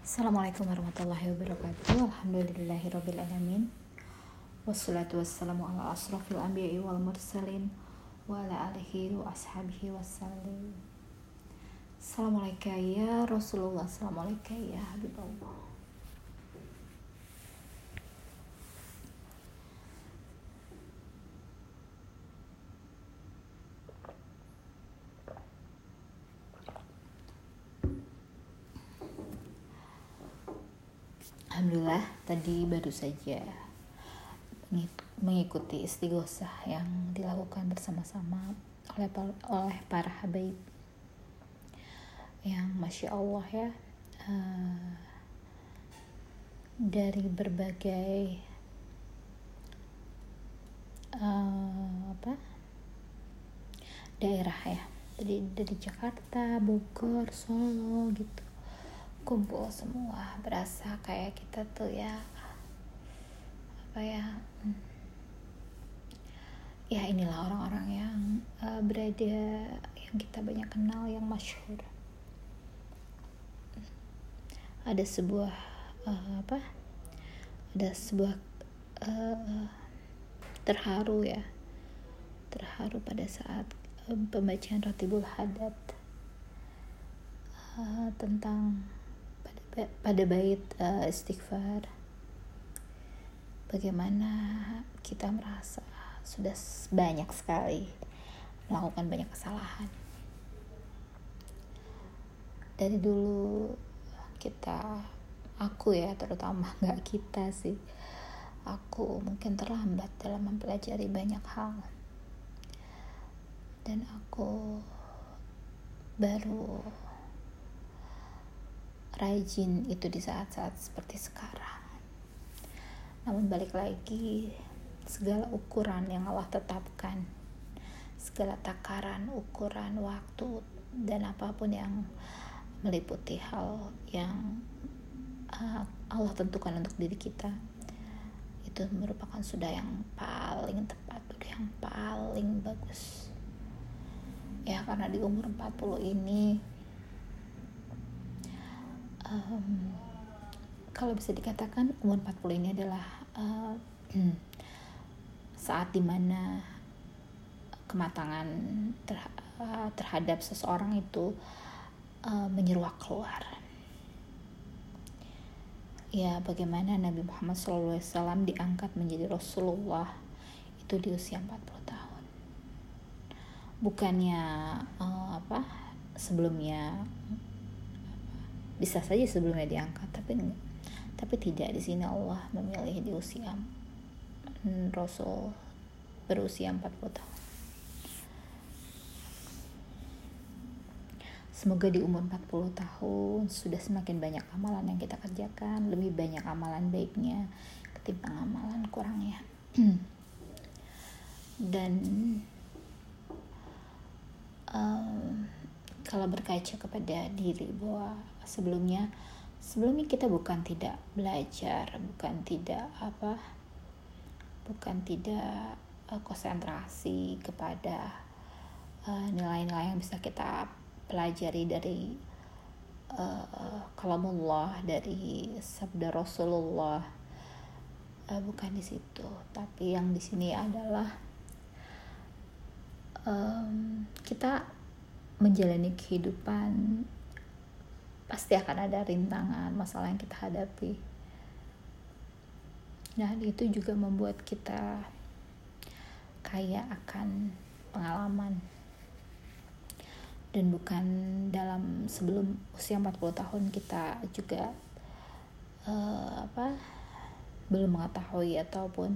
Assalamualaikum warahmatullahi wabarakatuh. Alhamdulillahirabbil alamin. Wassalatu wassalamu ala asrofil anbiya'i wal mursalin wa ala alihi wa ashabihi wassalim. Assalamualaikum ya Rasulullah, assalamualaikum ya Habibullah. Alhamdulillah, tadi baru saja mengikuti istighosah yang dilakukan bersama-sama oleh para habaib yang Masya Allah ya, dari berbagai daerah ya, dari Jakarta, Bogor, Solo gitu, kumpul semua. Berasa kayak kita tuh ya inilah orang-orang yang berada, yang kita banyak kenal, yang masyhur. Ada sebuah terharu pada saat pembacaan Ratibul Hadad tentang pada bait istighfar, bagaimana kita merasa sudah banyak sekali melakukan banyak kesalahan. Dari dulu aku ya, terutama nggak kita sih, aku mungkin terlambat dalam mempelajari banyak hal, dan aku baru rajin itu di saat-saat seperti sekarang. Namun balik lagi, segala ukuran yang Allah tetapkan, segala takaran, ukuran, waktu, dan apapun yang meliputi hal yang Allah tentukan untuk diri kita, itu merupakan sudah yang paling tepat, sudah yang paling bagus. Ya, karena di umur 40 ini kalau bisa dikatakan umur 40 ini adalah saat dimana kematangan terhadap seseorang itu menyeruak keluar. Ya, bagaimana Nabi Muhammad SAW diangkat menjadi Rasulullah itu di usia 40 tahun. Bukannya sebelumnya, bisa saja sebelumnya diangkat, tapi tidak. Di sini Allah memilih di usia Rasul berusia 40 tahun. Semoga di umur 40 tahun sudah semakin banyak amalan yang kita kerjakan, lebih banyak amalan baiknya ketimbang amalan kurangnya. Dan kalau berkaca kepada diri, bahwa sebelumnya kita bukan tidak belajar, bukan tidak konsentrasi kepada nilai-nilai yang bisa kita pelajari dari kalamullah, dari sabda Rasulullah, bukan di situ. Tapi yang di sini adalah kita menjalani kehidupan, pasti akan ada rintangan, masalah yang kita hadapi. Nah, itu juga membuat kita kaya akan pengalaman. Dan bukan dalam sebelum usia 40 tahun kita juga belum mengetahui ataupun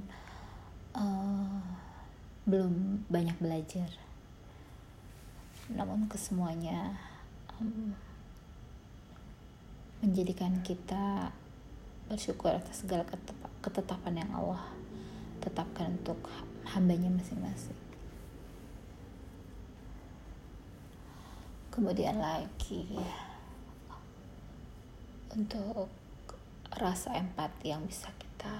belum banyak belajar. Namun kesemuanya menjadikan kita bersyukur atas segala ketetapan yang Allah tetapkan untuk hambanya masing-masing. Kemudian lagi, untuk rasa empati yang bisa kita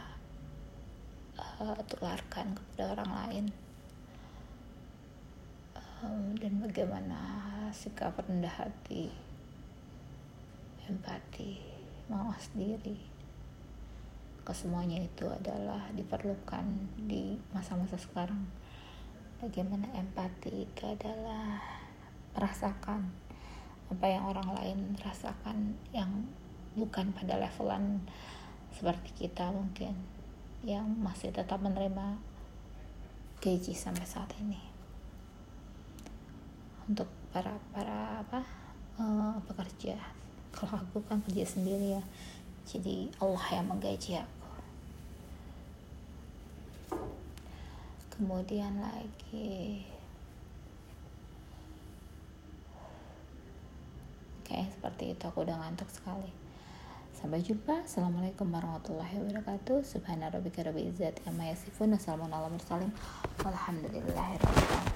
tularkan kepada orang lain, dan bagaimana sikap rendah hati, empati, mawas diri. Kesemuanya itu adalah diperlukan di masa-masa sekarang. Bagaimana empati itu adalah merasakan apa yang orang lain rasakan, yang bukan pada levelan seperti kita mungkin, yang masih tetap menerima gaji sampai saat ini. Untuk para pekerja, kalau aku kan kerja sendiri ya, jadi Allah yang menggaji aku. Kemudian lagi kayak seperti itu, aku udah ngantuk sekali. Sampai jumpa. Assalamualaikum warahmatullahi wabarakatuh. Subhanarabbika rabbil izzati amma yasifun. Wassalamualaikum warahmatullahi wabarakatuh. Walhamdulillahirabbil alamin.